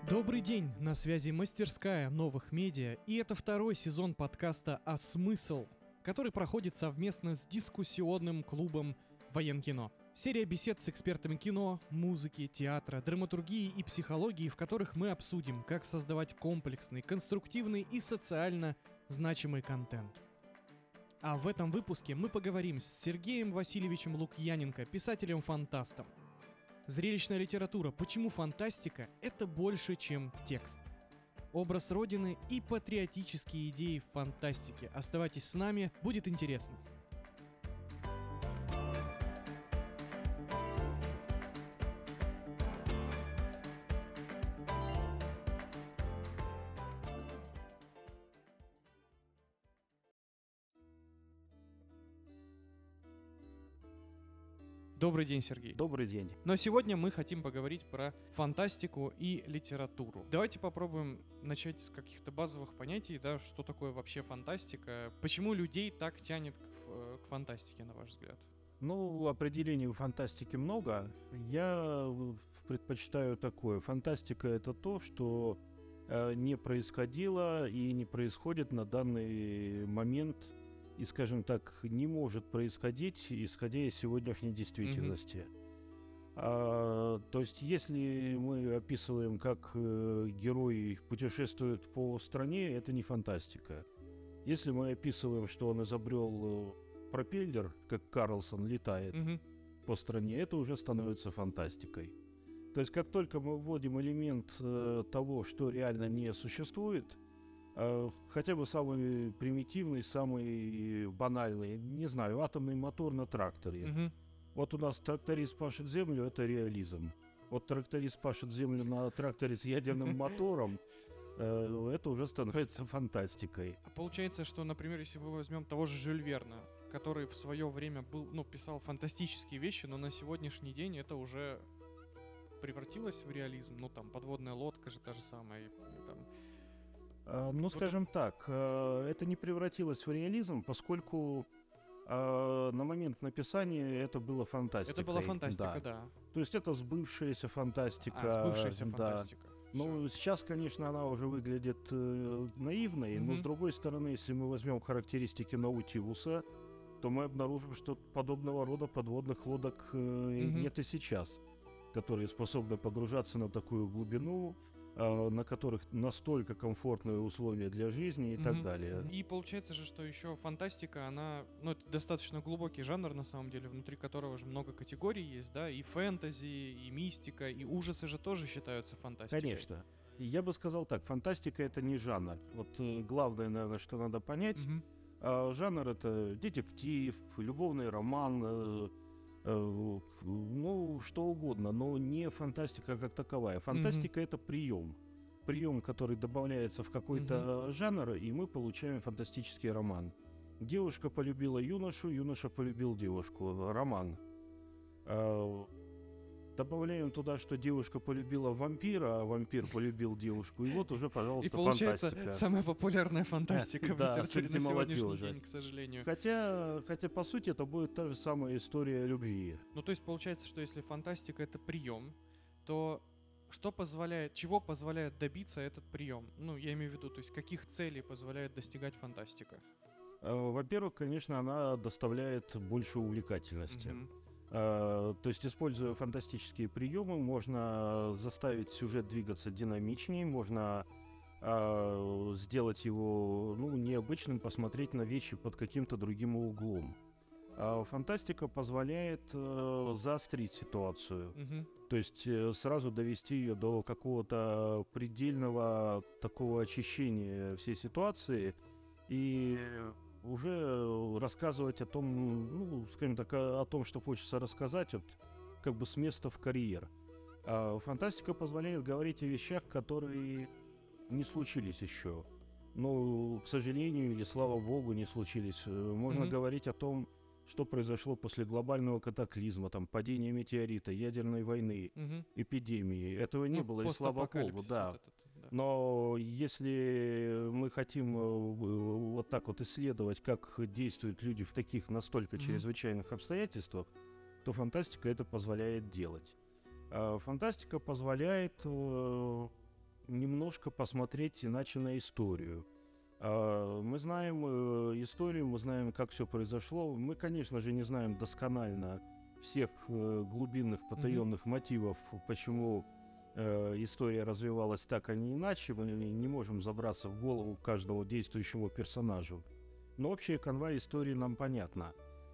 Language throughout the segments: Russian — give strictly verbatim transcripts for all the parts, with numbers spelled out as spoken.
Добрый день, на связи мастерская новых медиа, и это второй сезон подкаста «А смысл?», который проходит совместно с дискуссионным клубом «Военкино». Серия бесед с экспертами кино, музыки, театра, драматургии и психологии, в которых мы обсудим, как создавать комплексный, конструктивный и социально значимый контент. А в этом выпуске мы поговорим с Сергеем Васильевичем Лукьяненко, писателем-фантастом. Зрелищная литература. Почему фантастика — это больше, чем текст? Образ Родины и патриотические идеи в фантастике. Оставайтесь с нами, будет интересно. Добрый день, Сергей. Добрый день. Но сегодня мы хотим поговорить про фантастику и литературу. Давайте попробуем начать с каких-то базовых понятий, да, что такое вообще фантастика, почему людей так тянет к, к фантастике, на ваш взгляд? Ну, определений у фантастики много. Я предпочитаю такое. Фантастика — это то, что э, не происходило и не происходит на данный момент, и, скажем так, не может происходить, исходя из сегодняшней действительности. Mm-hmm. А, то есть, если мы описываем, как э, герой путешествует по стране, это не фантастика. Если мы описываем, что он изобрел э, пропеллер, как Карлсон летает mm-hmm. по стране, это уже становится фантастикой. То есть, как только мы вводим элемент э, того, что реально не существует, хотя бы самый примитивный, самый банальный, не знаю, атомный мотор на тракторе. Uh-huh. Вот у нас тракторист пашет землю, это реализм. Вот тракторист пашет землю на тракторе с ядерным мотором, это уже становится фантастикой. Получается, что, например, если мы возьмем того же Жюль Верна, который в свое время был, ну, писал фантастические вещи, но на сегодняшний день это уже превратилось в реализм. Ну, там, подводная лодка же та же самая, там... Ну, скажем так, это не превратилось в реализм, поскольку на момент написания это было фантастикой. Это была фантастика, да. да. То есть это сбывшаяся фантастика. А, сбывшаяся да. фантастика. Ну, сейчас, конечно, она уже выглядит э, наивной, mm-hmm. но, с другой стороны, если мы возьмем характеристики Наутилуса, то мы обнаружим, что подобного рода подводных лодок э, mm-hmm. нет и сейчас, которые способны погружаться на такую глубину, на которых настолько комфортные условия для жизни и mm-hmm. так далее. И получается же, что еще фантастика, она, ну, это достаточно глубокий жанр, на самом деле, внутри которого же много категорий есть, да, и фэнтези, и мистика, и ужасы же тоже считаются фантастикой. Конечно. Я бы сказал так, фантастика — это не жанр. Вот э, главное, наверное, что надо понять, mm-hmm. э, жанр — это детектив, любовный роман, э, ну, что угодно, но не фантастика как таковая. Фантастика mm-hmm. — это прием. Прием, который добавляется в какой-то mm-hmm. жанр, и мы получаем фантастический роман. Девушка полюбила юношу, юноша полюбил девушку. Роман. Добавляем туда, что девушка полюбила вампира, а вампир полюбил девушку, и вот уже, пожалуйста, фантастика. И получается фантастика. Самая популярная фантастика в да, литературе на молодежи. Сегодняшний день, к сожалению. Хотя, хотя, по сути, это будет та же самая история любви. Ну, то есть, получается, что если фантастика — это прием, то что позволяет, чего позволяет добиться этот прием? Ну, я имею в виду, то есть, каких целей позволяет достигать фантастика? Во-первых, конечно, она доставляет больше увлекательности. Mm-hmm. Uh, то есть, используя фантастические приемы, можно заставить сюжет двигаться динамичнее, можно uh, сделать его, ну, необычным, посмотреть на вещи под каким-то другим углом. Uh, фантастика позволяет uh, заострить ситуацию, mm-hmm. то есть uh, сразу довести ее до какого-то предельного такого очищения всей ситуации и уже рассказывать о том, ну, скажем так, о, о том, что хочется рассказать, вот, как бы с места в карьер. А фантастика позволяет говорить о вещах, которые не случились еще. Но, к сожалению, или слава богу, не случились. Можно mm-hmm. говорить о том, что произошло после глобального катаклизма, там, падения метеорита, ядерной войны, угу. эпидемии. Этого не ну, было, и слава богу, да. Вот этот, да. Но если мы хотим вот так вот исследовать, как действуют люди в таких настолько угу. чрезвычайных обстоятельствах, то фантастика это позволяет делать. Фантастика позволяет немножко посмотреть иначе на историю. А, Мы знаем э, историю, мы знаем, как все произошло. Мы, конечно же, не знаем досконально всех э, глубинных потаенных мотивов, почему э, история развивалась так, а не иначе. Мы не можем забраться в голову каждого действующего персонажа. Но общая канва истории нам понятна.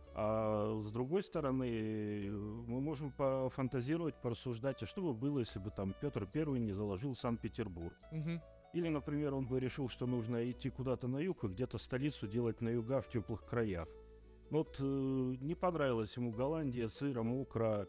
А с другой стороны, мы можем пофантазировать, порассуждать, а что бы было, если бы там Петр Первый не заложил Санкт-Петербург. Мгм. Или, например, он бы решил, что нужно идти куда-то на юг и где-то столицу делать на юга в теплых краях. Вот э, не понравилась ему Голландия, сыро, мокро,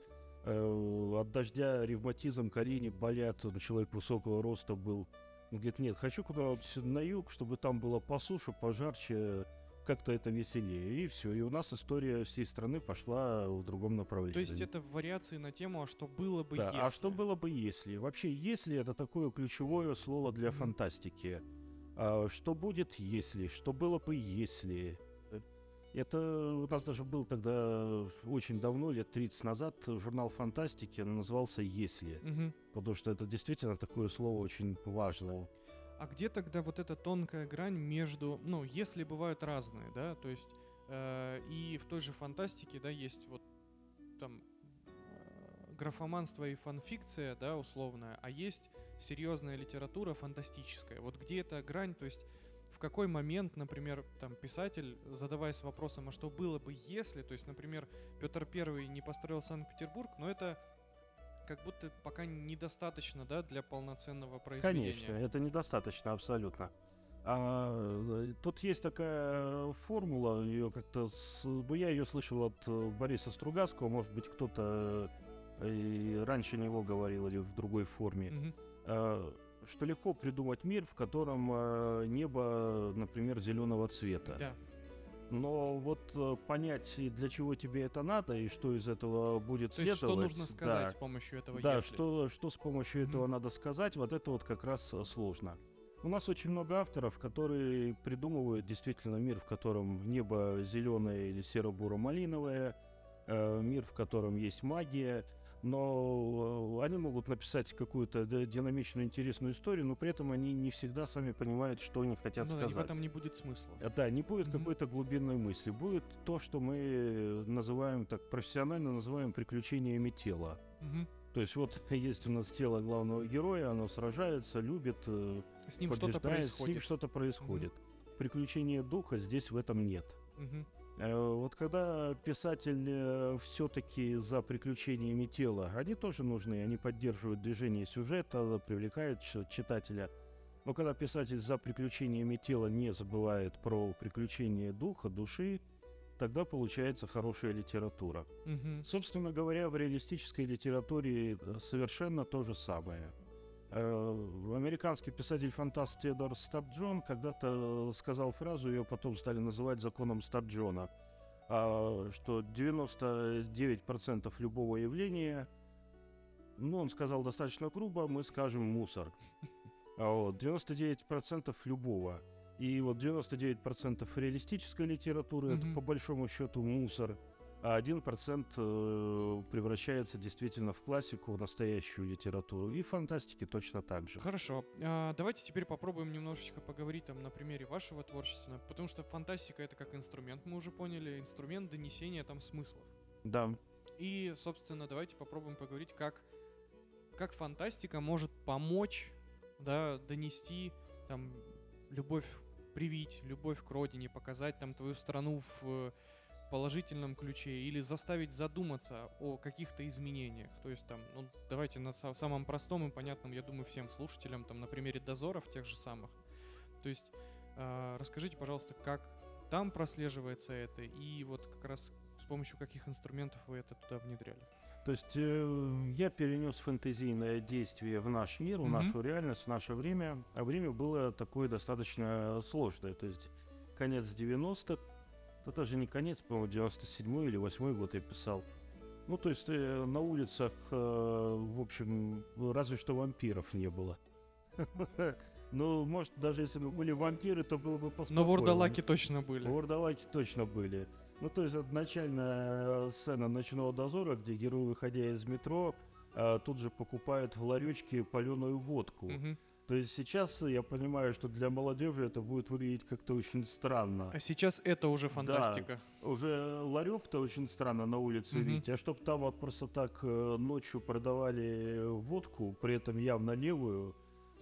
э, от дождя ревматизм, колени болят, он человек высокого роста был. Он говорит, нет, хочу куда-то на юг, чтобы там было по суше, пожарче, как-то это веселее. И все, и у нас история всей страны пошла в другом направлении. То есть это вариации на тему, а что было бы, Да, если. а что было бы если? Вообще, если это такое ключевое слово для Мгм. фантастики. А, что будет если? Что было бы если? Э, Это у нас даже был тогда очень давно, лет тридцать назад, журнал фантастики назывался «Если». Мгм. Потому что это действительно такое слово очень важное. А где тогда вот эта тонкая грань между, ну, если бывают разные, да, то есть э, и в той же фантастике, да, есть вот там э, графоманство и фанфикция, да, условная, а есть серьезная литература фантастическая. Вот где эта грань, то есть в какой момент, например, там писатель, задаваясь вопросом, а что было бы если, то есть, например, Петр Первый не построил Санкт-Петербург, но это как будто пока недостаточно, да, для полноценного произведения. Конечно, это недостаточно абсолютно. А, э, тут есть такая формула, ее как-то, с- ну, я ее слышал от э, Бориса Стругацкого, может быть, кто-то э, и раньше него говорил или в другой форме, Мгм. а, что легко придумать мир, в котором э, небо, например, зеленого цвета. Да. Но вот э, понять, и для чего тебе это надо, и что из этого будет То есть что следовать, нужно сказать да, с помощью этого да, если? что, что с помощью Мгм. этого надо сказать, вот это вот как раз э, сложно. У нас очень много авторов, которые придумывают действительно мир, в котором небо зеленое или серо-буро-малиновое, э, мир, в котором есть магия, но э, они могут написать какую-то д- динамичную, интересную историю, но при этом они не всегда сами понимают, что они хотят Ну да, и в сказать. этом не будет смысла. Э, Да, не будет Мгм. какой-то глубинной мысли, будет то, что мы называем, так профессионально называем приключениями тела. Мгм. То есть вот есть у нас тело главного героя, оно сражается, любит, э, С ним что-то побеждает, с ним происходит. что-то происходит. Приключения духа здесь в этом нет. Мгм. Э, Вот когда писатель все-таки за приключениями тела, они тоже нужны, они поддерживают движение сюжета, привлекают ч- читателя. Но когда писатель за приключениями тела не забывает про приключения духа, души, тогда получается хорошая литература. Мгм. Собственно говоря, в реалистической литературе э, совершенно то же самое. Э, Американский писатель-фантаст Теодор Стабджон когда-то сказал фразу, ее потом стали называть законом Стабджона, а, что девяносто девять процентов любого явления, ну, он сказал достаточно грубо, мы скажем мусор. А вот девяносто девять процентов любого. И вот девяносто девять процентов реалистической литературы это Мгм. по большому счету мусор, а один процент э, превращается действительно в классику, в настоящую литературу. И фантастики точно так же. Хорошо. А, давайте теперь попробуем немножечко поговорить там на примере вашего творчества, потому что фантастика это как инструмент, мы уже поняли, инструмент донесения там смыслов. Да. И, собственно, давайте попробуем поговорить, как, как фантастика может помочь, да, донести там любовь, привить любовь к родине, показать там твою страну в э, положительном ключе или заставить задуматься о каких-то изменениях. То есть там, ну, давайте на са- самом простом и понятном, я думаю, всем слушателям, там, на примере дозоров тех же самых. То есть э, расскажите, пожалуйста, как там прослеживается это и вот как раз с помощью каких инструментов вы это туда внедряли. То есть э, я перенес фэнтезийное действие в наш мир, в Мгм. нашу реальность, в наше время. А время было такое достаточно сложное. То есть конец девяностых, это даже не конец, по-моему, девяносто седьмой или восьмой год я писал. Ну, то есть э, на улицах, э, в общем, разве что вампиров не было. Ну, может, даже если бы были вампиры, то было бы Но поспокойнее. вурдалаки точно были. Вурдалаки точно были. Ну, то есть, это начальная э, сцена «Ночного дозора», где герой, выходя из метро, э, тут же покупает в ларечке паленую водку. Мгм. То есть сейчас я понимаю, что для молодежи это будет выглядеть как-то очень странно. А сейчас это уже фантастика. Да, уже ларек-то очень странно на улице Мгм. видеть, а чтоб там вот просто так э, ночью продавали водку, при этом явно левую,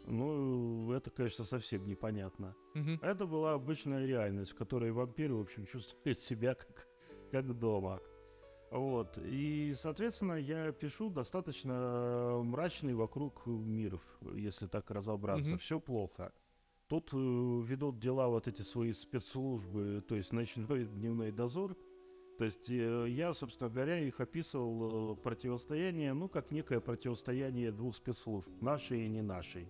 ну, это, конечно, совсем непонятно. Мгм. Это была обычная реальность, в которой вампиры, в общем, чувствуют себя как, как дома. Вот. И, соответственно, я пишу достаточно мрачный вокруг мир, если так разобраться. Мгм. Все плохо. Тут э, ведут дела вот эти свои спецслужбы, то есть ночной и дневной дозор. То есть э, я, собственно говоря, их описывал э, противостояние, ну, как некое противостояние двух спецслужб, нашей и не нашей.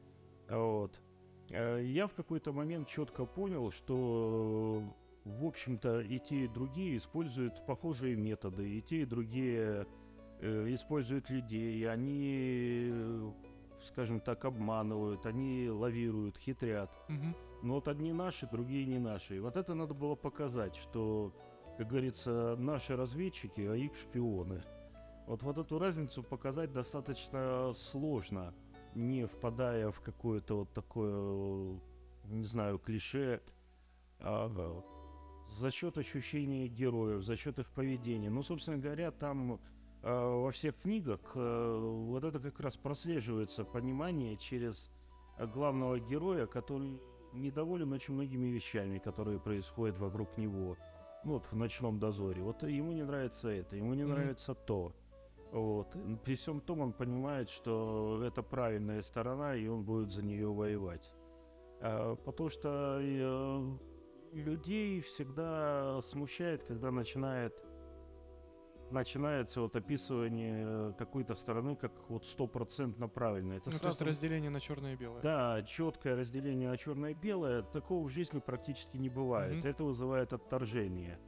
Вот. Э, Я в какой-то момент четко понял, что, э, в общем-то, и те, и другие используют похожие методы, и те, и другие э, используют людей, и они, э, скажем так, обманывают, они лавируют, хитрят. Мгм. Но вот одни наши, другие не наши. И вот это надо было показать, что, как говорится, наши разведчики, а их шпионы. Вот, вот эту разницу показать достаточно сложно, не впадая в какое-то вот такое, не знаю, клише, а, э, за счет ощущения героев, за счет их поведения. Ну, собственно говоря, там э, во всех книгах э, вот это как раз прослеживается понимание через э, главного героя, который недоволен очень многими вещами, которые происходят вокруг него. Ну, вот в «Ночном дозоре». Вот ему не нравится это, ему не Мгм. нравится то. Вот. При всем том он понимает, что это правильная сторона, и он будет за нее воевать. А, потому что э, людей всегда смущает, когда начинает начинается вот описывание какой-то стороны как вот стопроцентно правильно. Это Ну, то есть сразу, разделение на черное и белое. да, четкое разделение на черное и белое, такого в жизни практически не бывает. Мгм. Это вызывает отторжение.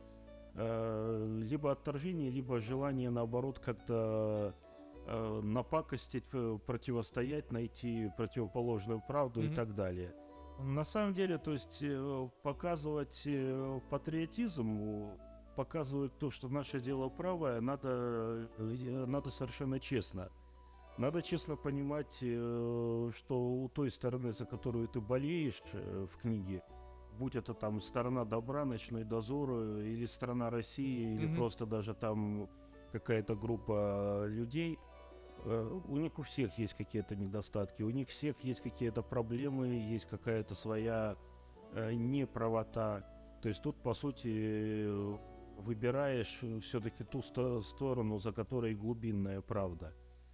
Э, Либо отторжение, либо желание, наоборот, как-то э, напакостить, э, противостоять, найти противоположную правду и Мгм. так далее. На самом деле, то есть э, показывать э, патриотизм, э, показывать то, что наше дело правое, надо, э, надо совершенно честно. Надо честно понимать, э, что у той стороны, за которую ты болеешь э, в книге, будь это там сторона добра, ночной дозор, э, или страна России, или Мгм. просто даже там какая-то группа людей, э, у них у всех есть какие-то недостатки, у них всех есть какие-то проблемы, есть какая-то своя э, неправота. То есть тут, по сути, э, выбираешь все-таки ту сто- сторону, за которой глубинная правда.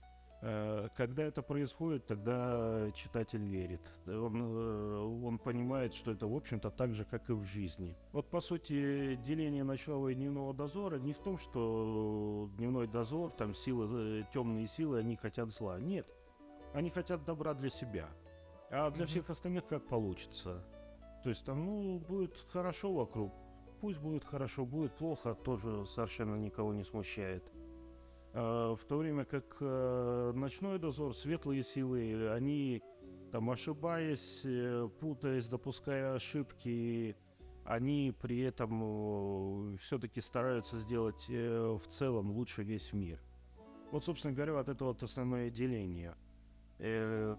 Э, Когда это происходит, тогда читатель верит. Он, э, он понимает, что это, в общем-то, так же, как и в жизни. Вот, по сути, деление ночного и дневного дозора не в том, что дневной дозор, там, силы, э, темные силы, они хотят зла. Нет, они хотят добра для себя. А для Мгм. всех остальных как получится. То есть там, ну, будет хорошо вокруг. Пусть будет хорошо, будет плохо, тоже совершенно никого не смущает. А, в то время как э, ночной дозор, светлые силы, они там ошибаясь, э, путаясь, допуская ошибки, они при этом все-таки стараются сделать э, в целом лучше весь мир. Вот, собственно говоря, вот это вот основное деление. Э,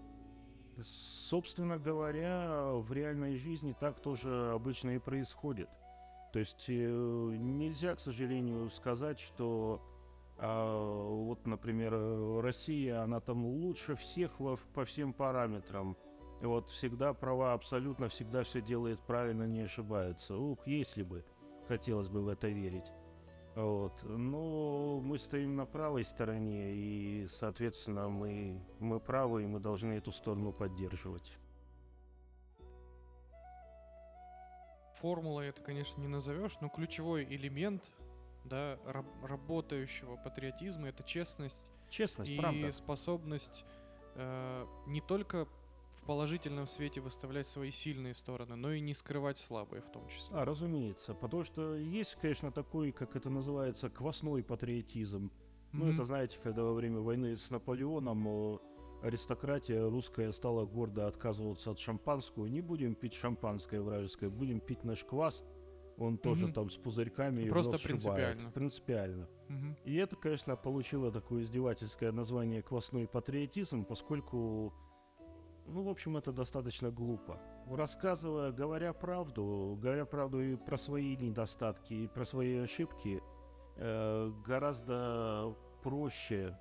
собственно говоря, в реальной жизни так тоже обычно и происходит. То есть э, нельзя, к сожалению, сказать, что а, вот, например, э, Россия, она там лучше всех во- по всем параметрам. И вот всегда права, абсолютно всегда все делает правильно, не ошибается. Ух, если бы, хотелось бы в это верить. Вот. Но мы стоим на правой стороне, и, соответственно, мы, мы правы, и мы должны эту сторону поддерживать. Формулой это, конечно, не назовешь, но ключевой элемент, да, раб- работающего патриотизма — это честность Честность, и правда. способность э, не только в положительном свете выставлять свои сильные стороны, но и не скрывать слабые в том числе. А, разумеется, потому что есть, конечно, такой, как это называется, квасной патриотизм. Ну, Мгм. это, знаете, когда во время войны с Наполеоном э, аристократия русская стала гордо отказываться от шампанского. Не будем пить шампанское вражеское, будем пить наш квас. Он тоже Мгм. там с пузырьками и в Просто рот сшибает. принципиально. Принципиально. Мгм. И это, конечно, получило такое издевательское название квасной патриотизм, поскольку ну, в общем, это достаточно глупо. Рассказывая, говоря правду, говоря правду и про свои недостатки, и про свои ошибки, э, гораздо проще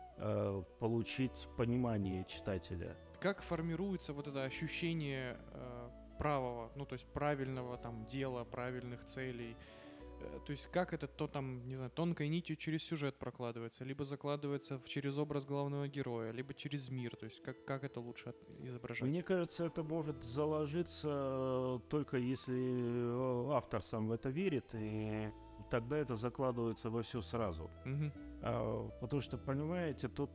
э, получить понимание читателя. Как формируется вот это ощущение э, правого, ну то есть правильного там дела, правильных целей? Э, то есть как это то там, не знаю, тонкой нитью через сюжет прокладывается, либо закладывается в, через образ главного героя, либо через мир, то есть как, как это лучше от- изображать? Мне кажется, это может заложиться э, только если э, автор сам в это верит, и тогда это закладывается во все сразу. Мгм. А, потому что, понимаете, тут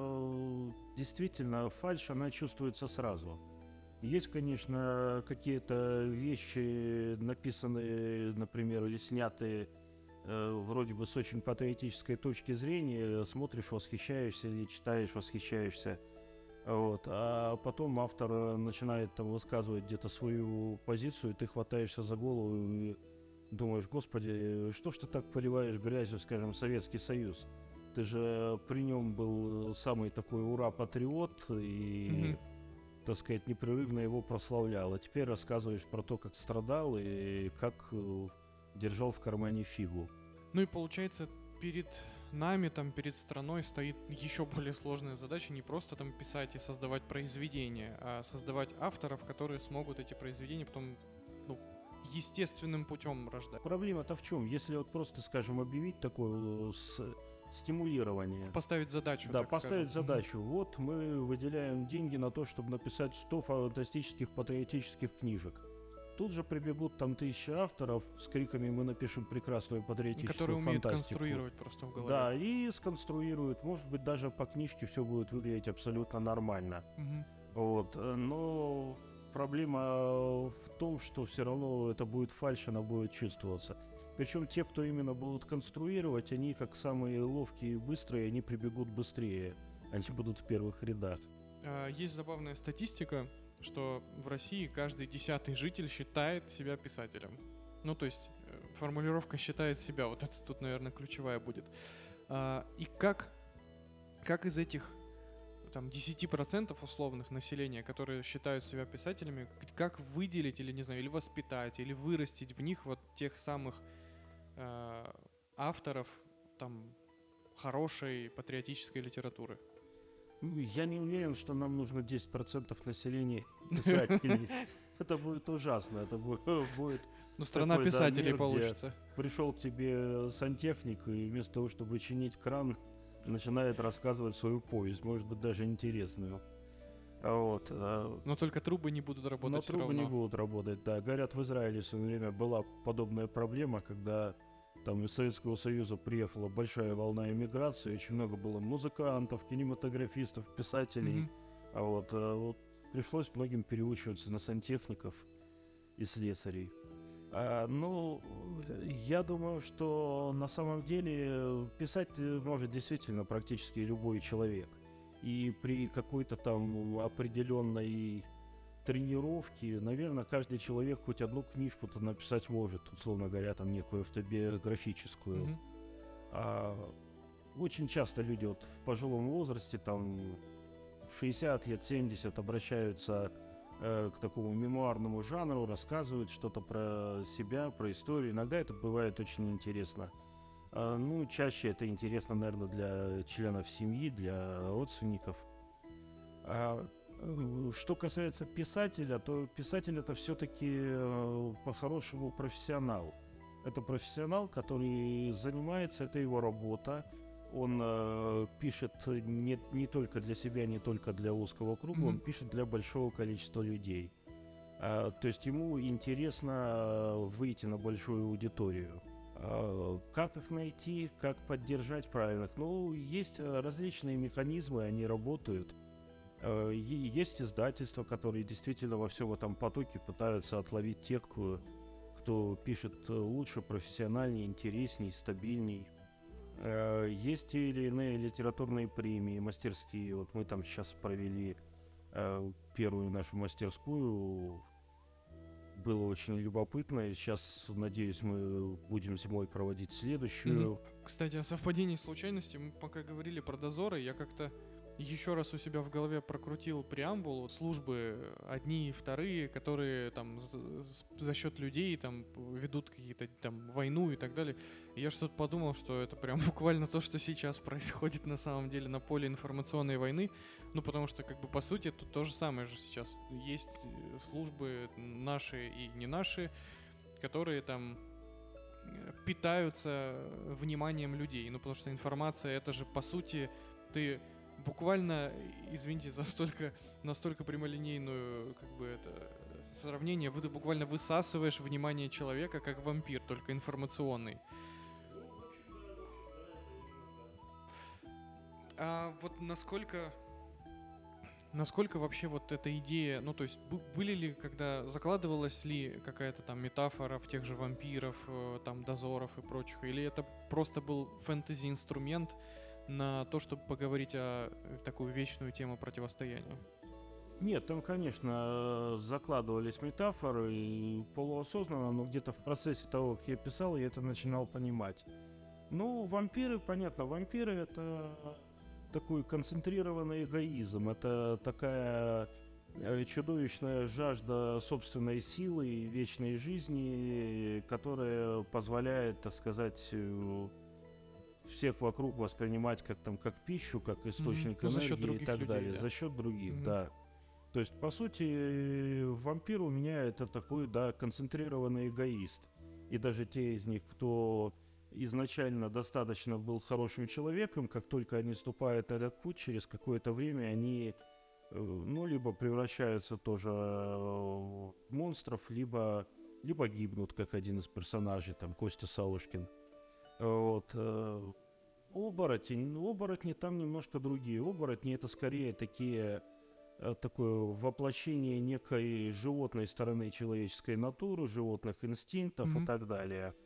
э, действительно фальшь, она чувствуется сразу. Есть, конечно, какие-то вещи, написанные, например, или снятые э, вроде бы с очень патриотической точки зрения, смотришь, восхищаешься, или читаешь, восхищаешься. Вот. А потом автор э, начинает там высказывать где-то свою позицию, и ты хватаешься за голову и думаешь, господи, что ж ты так поливаешь грязью, скажем, Советский Союз? Ты же при нем был самый такой ура-патриот и, Мгм. так сказать, непрерывно его прославлял. А теперь рассказываешь про то, как страдал и как э, держал в кармане фигу. Ну и получается, перед нами, там, перед страной стоит еще более сложная задача не просто там писать и создавать произведения, а создавать авторов, которые смогут эти произведения потом, ну, естественным путем рождать. Проблема-то в чем? Если вот просто, скажем, объявить такое э, с- стимулирование, Поставить задачу, да, так поставить скажем. задачу. Вот мы выделяем деньги на то, чтобы написать сто фантастических патриотических книжек. Тут же прибегут там тысячи авторов с криками «Мы напишем прекрасную Мгм. патриотическую Которые умеют фантастику». конструировать просто в голове. Да, и сконструируют. Может быть, даже по книжке все будет выглядеть абсолютно нормально. Мгм. Вот. э, Но проблема в том, что все равно это будет фальшь, она будет чувствоваться. Причем те, кто именно будут конструировать, они как самые ловкие и быстрые, они прибегут быстрее. Они будут в первых рядах. А, Есть забавная статистика, что в России каждый десятый житель считает себя писателем. Ну, то есть э, формулировка «считает себя», вот это тут, наверное, ключевая будет. А, И как, как из этих там десять процентов условных населения, которые считают себя писателями, к- как выделить или, не знаю, или воспитать, или вырастить в них вот тех самых э, авторов там хорошей патриотической литературы? Ну, Я не уверен, что нам нужно десять процентов населения писателей. Это будет ужасно. Это бу- будет Ну, страна такой, да, писателей мир, где получится. пришел к тебе сантехник, и вместо того, чтобы чинить кран, начинает рассказывать свою повесть, может быть, даже интересную. А Вот. а, Но только трубы не будут работать Но все трубы равно. не будут работать, да. Говорят, в Израиле в свое время была подобная проблема, когда там из Советского Союза приехала большая волна эмиграции, очень много было музыкантов, кинематографистов, писателей. Мгм. А вот, а вот пришлось многим переучиваться на сантехников и слесарей. А, ну, я думаю, что на самом деле писать э, может действительно практически любой человек. И при какой-то там определенной тренировке, наверное, каждый человек хоть одну книжку-то написать может, условно говоря, там некую автобиографическую. Мгм. А очень часто люди вот в пожилом возрасте, там шестьдесят лет, семьдесят, обращаются э, к такому мемуарному жанру, рассказывают что-то про себя, про историю. Иногда это бывает очень интересно. А, ну, чаще это интересно, наверное, для членов семьи, для родственников. А, э, что касается писателя, то писатель это все-таки по-хорошему профессионал. Это профессионал, который занимается, это его работа. Он э, пишет не, не только для себя, не только для узкого круга, Мгм. он пишет для большого количества людей. А, то есть ему интересно э, выйти на большую аудиторию. А, как их найти, как поддержать правильных? Ну, есть э, различные механизмы, они работают. Э, е- Есть издательства, которые действительно во всем этом потоке пытаются отловить тех, кто, кто пишет э, лучше, профессиональнее, интересней, стабильней. Э, Есть те или иные литературные премии, мастерские. Вот мы там сейчас провели э, первую нашу мастерскую. Было очень любопытно. И сейчас, надеюсь, мы будем зимой проводить следующую. Мгм. Кстати, о совпадении случайности. Мы пока говорили про дозоры, я как-то еще раз у себя в голове прокрутил преамбулу, службы одни и вторые, которые там за, за счет людей там ведут какие-то там войну и так далее. И я что-то подумал, что это прям буквально то, что сейчас происходит на самом деле на поле информационной войны. Ну, потому что, как бы, по сути, тут то же самое же сейчас. Есть службы наши и не наши, которые там питаются вниманием людей. Ну, потому что информация, это же, по сути, ты буквально, извините за столько, настолько прямолинейную, как бы, это сравнение, вы буквально высасываешь внимание человека, как вампир, только информационный. А вот насколько... Насколько вообще вот эта идея, ну то есть б- были ли, когда закладывалась ли какая-то там метафора в тех же вампиров, э, там дозоров и прочих, или это просто был фэнтези-инструмент на то, чтобы поговорить о э, такую вечную тему противостояния? Нет, там, конечно, закладывались метафоры и полуосознанно, но где-то в процессе того, как я писал, я это начинал понимать. Ну, вампиры, понятно, вампиры — это такой концентрированный эгоизм, это такая э, чудовищная жажда собственной силы и вечной жизни, которая позволяет, так сказать, э, всех вокруг воспринимать как там как пищу, как источник Ну, за счет энергии и других так людей, далее, да. за счет других, Мгм. да. То есть, по сути, вампир у меня это такой, да, концентрированный эгоист. И даже те из них, кто изначально достаточно был хорошим человеком, как только они ступают на этот путь, через какое-то время они, э, ну, либо превращаются тоже э, в монстров, либо, либо гибнут, как один из персонажей, там, Костя Саушкин. Вот. э, Оборотень, ну, оборотни там немножко другие. Оборотни — это скорее такие э, такое воплощение некой животной стороны человеческой натуры, животных инстинктов и Мгм. так далее.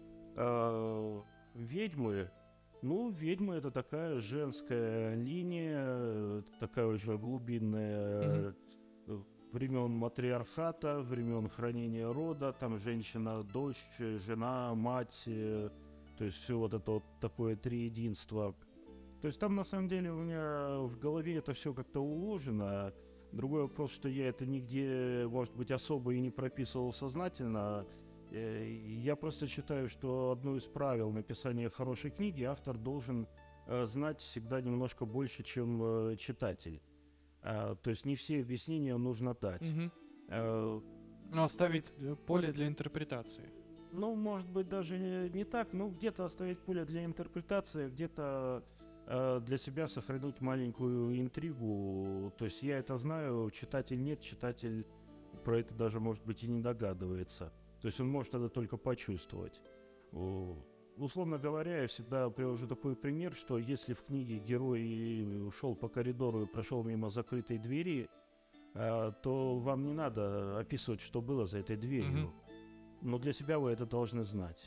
А, ведьмы, ну, ведьмы — это такая женская линия, э, такая очень Мгм. глубинная, э, времен матриархата, времен хранения рода, там женщина, дочь, э, жена, мать, э, то есть все вот это вот такое триединство. То есть там на самом деле у меня в голове это все как-то уложено. Другой вопрос, что я это нигде, может быть, особо и не прописывал сознательно. Э, Я просто считаю, что одно из правил написания хорошей книги — автор должен э, знать всегда немножко больше, чем э, читатель. А, то есть не все объяснения нужно дать. Мгм. Э, Ну, оставить э, поле для интерпретации. Ну, может быть, даже не, не так, но где-то оставить поле для интерпретации, где-то э, для себя сохранить маленькую интригу. То есть я это знаю, читатель нет, читатель про это даже, может быть, и не догадывается. То есть он может это только почувствовать. О, Условно говоря, я всегда привожу такой пример, что если в книге герой шел по коридору и прошел мимо закрытой двери, э, то вам не надо описывать, что было за этой дверью. Мгм. Но для себя вы это должны знать.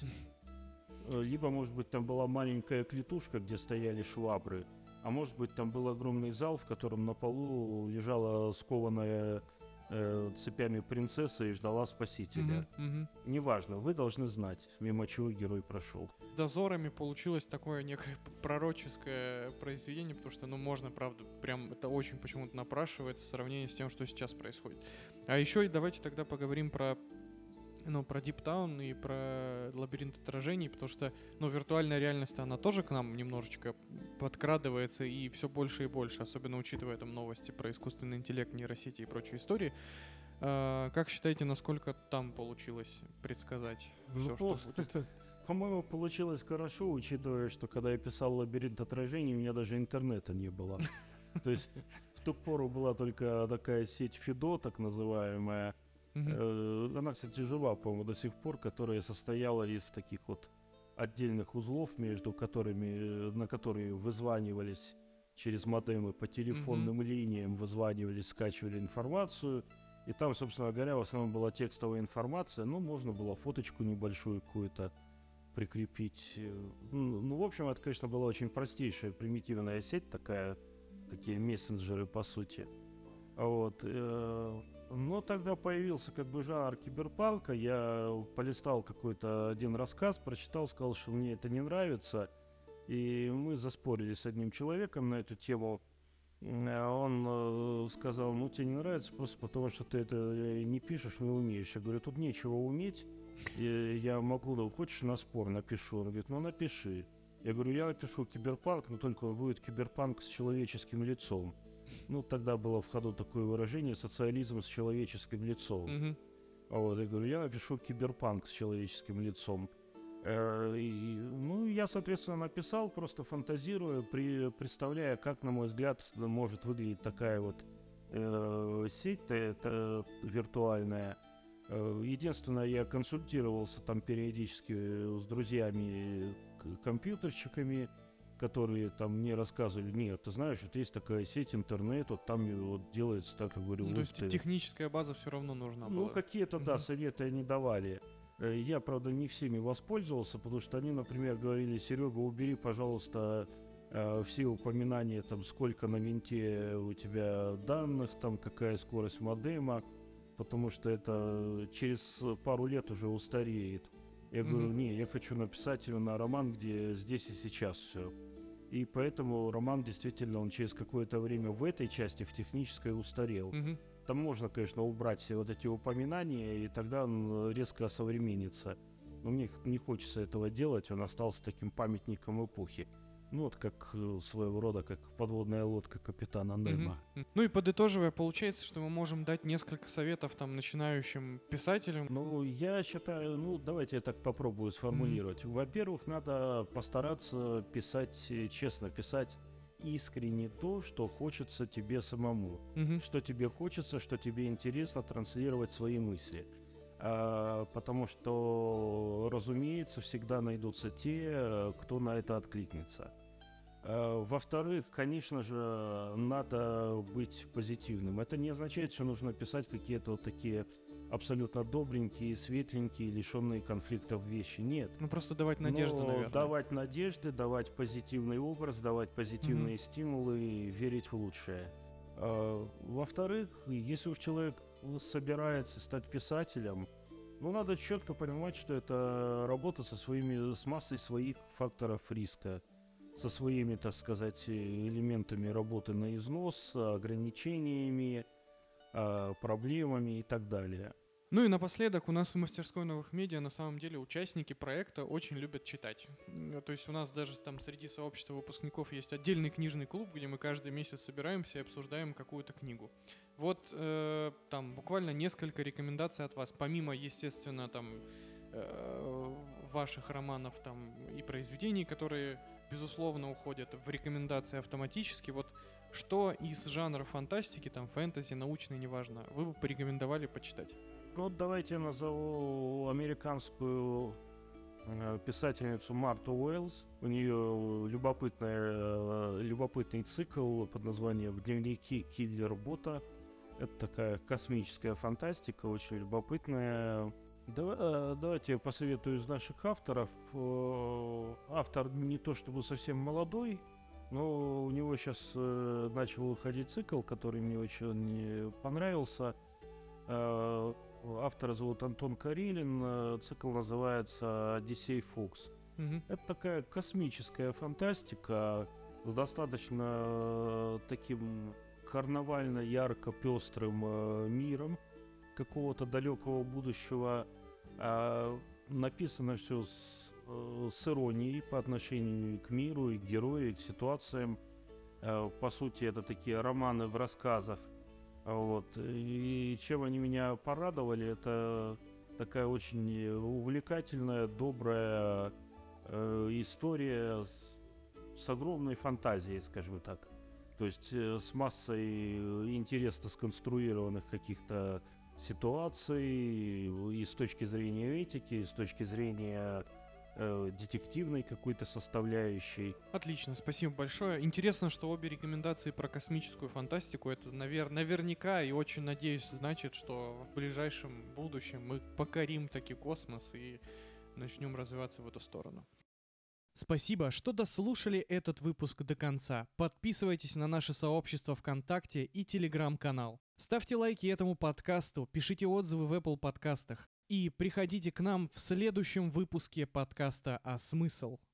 Э, Либо, может быть, там была маленькая клетушка, где стояли швабры, а может быть, там был огромный зал, в котором на полу лежала скованная э, цепями принцесса и ждала спасителя. Мгм. Мгм. Неважно, вы должны знать, мимо чего герой прошел. Дозорами получилось такое некое п- пророческое произведение, потому что, ну, можно, правда, прям это очень почему-то напрашивается в сравнении с тем, что сейчас происходит. А еще и давайте тогда поговорим про, ну, про Deep Town и про лабиринт отражений, потому что, ну, виртуальная реальность, она тоже к нам немножечко подкрадывается и все больше и больше, особенно учитывая там новости про искусственный интеллект, нейросети и прочие истории. А, как считаете, насколько там получилось предсказать все, что Ну, будет? по-моему, получилось хорошо, учитывая, что когда я писал «Лабиринт отражений», у меня даже интернета не было. То есть в ту пору была только такая сеть Фидо, так называемая. Мгм. Э, Она, кстати, жива, по-моему, до сих пор, которая состояла из таких вот отдельных узлов, между которыми, э, на которые вызванивались через модемы по телефонным линиям, вызванивались, скачивали информацию. И там, собственно говоря, в основном была текстовая информация, ну, можно было фоточку небольшую какую-то прикрепить. Э, Ну, ну, в общем, это, конечно, была очень простейшая, примитивная сеть такая, такие мессенджеры, по сути. Вот. э, Но тогда появился как бы жанр киберпанка. Я полистал какой-то один рассказ, прочитал, сказал, что мне это не нравится. И мы заспорили с одним человеком на эту тему. Э, Он э, сказал, ну тебе не нравится просто потому, что ты это э, не пишешь, не умеешь. Я говорю, тут нечего уметь. И я могу, ну, хочешь на спор напишу? Он говорит, ну напиши. Я говорю, я напишу киберпанк, но только он будет киберпанк с человеческим лицом. Ну, тогда было в ходу такое выражение «социализм с человеческим лицом». Мгм. А вот я говорю, я напишу киберпанк с человеческим лицом. Э, и, ну, я, соответственно, написал, просто фантазируя, при, представляя, как, на мой взгляд, с- может выглядеть такая вот э, сеть это, виртуальная. Э, Единственное, я консультировался там периодически э, с друзьями, к- компьютерщиками, которые там мне рассказывали, нет, ты знаешь, вот есть такая сеть интернет, вот там и вот делается так, как говорю, Ну, то вот есть ты. техническая база все равно нужна Ну, была. какие-то, да, Мгм. советы они давали. Э, Я, правда, не всеми воспользовался, потому что они, например, говорили, Серега, убери, пожалуйста, э, все упоминания, там, сколько на винте у тебя данных, там, какая скорость модема, потому что это через пару лет уже устареет. Я говорю, Мгм. не, я хочу написать именно роман, где здесь и сейчас все. И поэтому роман действительно, он через какое-то время в этой части, в технической, устарел. Мгм. Там можно, конечно, убрать все вот эти упоминания, и тогда он резко осовременится. Но мне не хочется этого делать, он остался таким памятником эпохи. Ну вот как э, своего рода, как подводная лодка капитана Мгм. Немо. М. Ну и подытоживая, получается, что мы можем дать несколько советов там начинающим писателям. Ну, я считаю, ну, давайте я так попробую сформулировать. Во-первых, надо постараться писать, э, честно писать искренне то, что хочется тебе самому. Мгм. Что тебе хочется, что тебе интересно транслировать свои мысли. А, потому что, разумеется, всегда найдутся те, э, кто на это откликнется. А, Во-вторых, конечно же, надо быть позитивным. Это не означает, что нужно писать какие-то вот такие абсолютно добренькие, светленькие, лишенные конфликтов вещи. Нет. Ну просто давать надежду, Но наверное. давать надежды, давать позитивный образ, давать позитивные стимулы и верить в лучшее. А, Во-вторых, если уж человек собирается стать писателем, ну, надо четко понимать, что это работа со своими, с массой своих факторов риска, со своими, так сказать, элементами работы на износ, ограничениями, а, проблемами и так далее. Ну и напоследок, у нас в мастерской новых медиа на самом деле участники проекта очень любят читать. М, То есть у нас даже там среди сообщества выпускников есть отдельный книжный клуб, где мы каждый месяц собираемся и обсуждаем какую-то книгу. Вот э, там буквально несколько рекомендаций от вас, помимо, естественно, там э, ваших романов там и произведений, которые, безусловно, уходят в рекомендации автоматически. Вот что из жанра фантастики, там фэнтези, научный, неважно, вы бы порекомендовали почитать? Ну, вот давайте я назову американскую э, писательницу Марту Уэллс. У нее любопытная, э, любопытный цикл под названием «Дневники киллер-бота». Это такая космическая фантастика, очень любопытная. Дава- э, давайте я посоветую из наших авторов. Э, Автор не то чтобы совсем молодой, но у него сейчас начал выходить цикл, который мне очень э, понравился. Э, Автора зовут Антон Карелин. э, Цикл называется «Одиссей Фокс». Мгм. Это такая космическая фантастика с достаточно э, таким карнавально ярко пестрым э, миром какого-то далекого будущего. А, написано все с, э, с иронией по отношению к миру, и к герою, и к ситуациям. Э, по сути, это такие романы в рассказах. А Вот. И чем они меня порадовали, это такая очень увлекательная, добрая э, история с, с огромной фантазией, скажем так. То есть э, с массой э, интересно сконструированных каких-то ситуаций и с точки зрения этики, и с точки зрения э, детективной какой-то составляющей. Отлично, спасибо большое. Интересно, что обе рекомендации про космическую фантастику, это навер- наверняка и очень надеюсь значит, что в ближайшем будущем мы покорим таки космос и начнем развиваться в эту сторону. Спасибо, что дослушали этот выпуск до конца. Подписывайтесь на наше сообщество ВКонтакте и Телеграм-канал. Ставьте лайки этому подкасту, пишите отзывы в Apple подкастах и приходите к нам в следующем выпуске подкаста «А смысл?».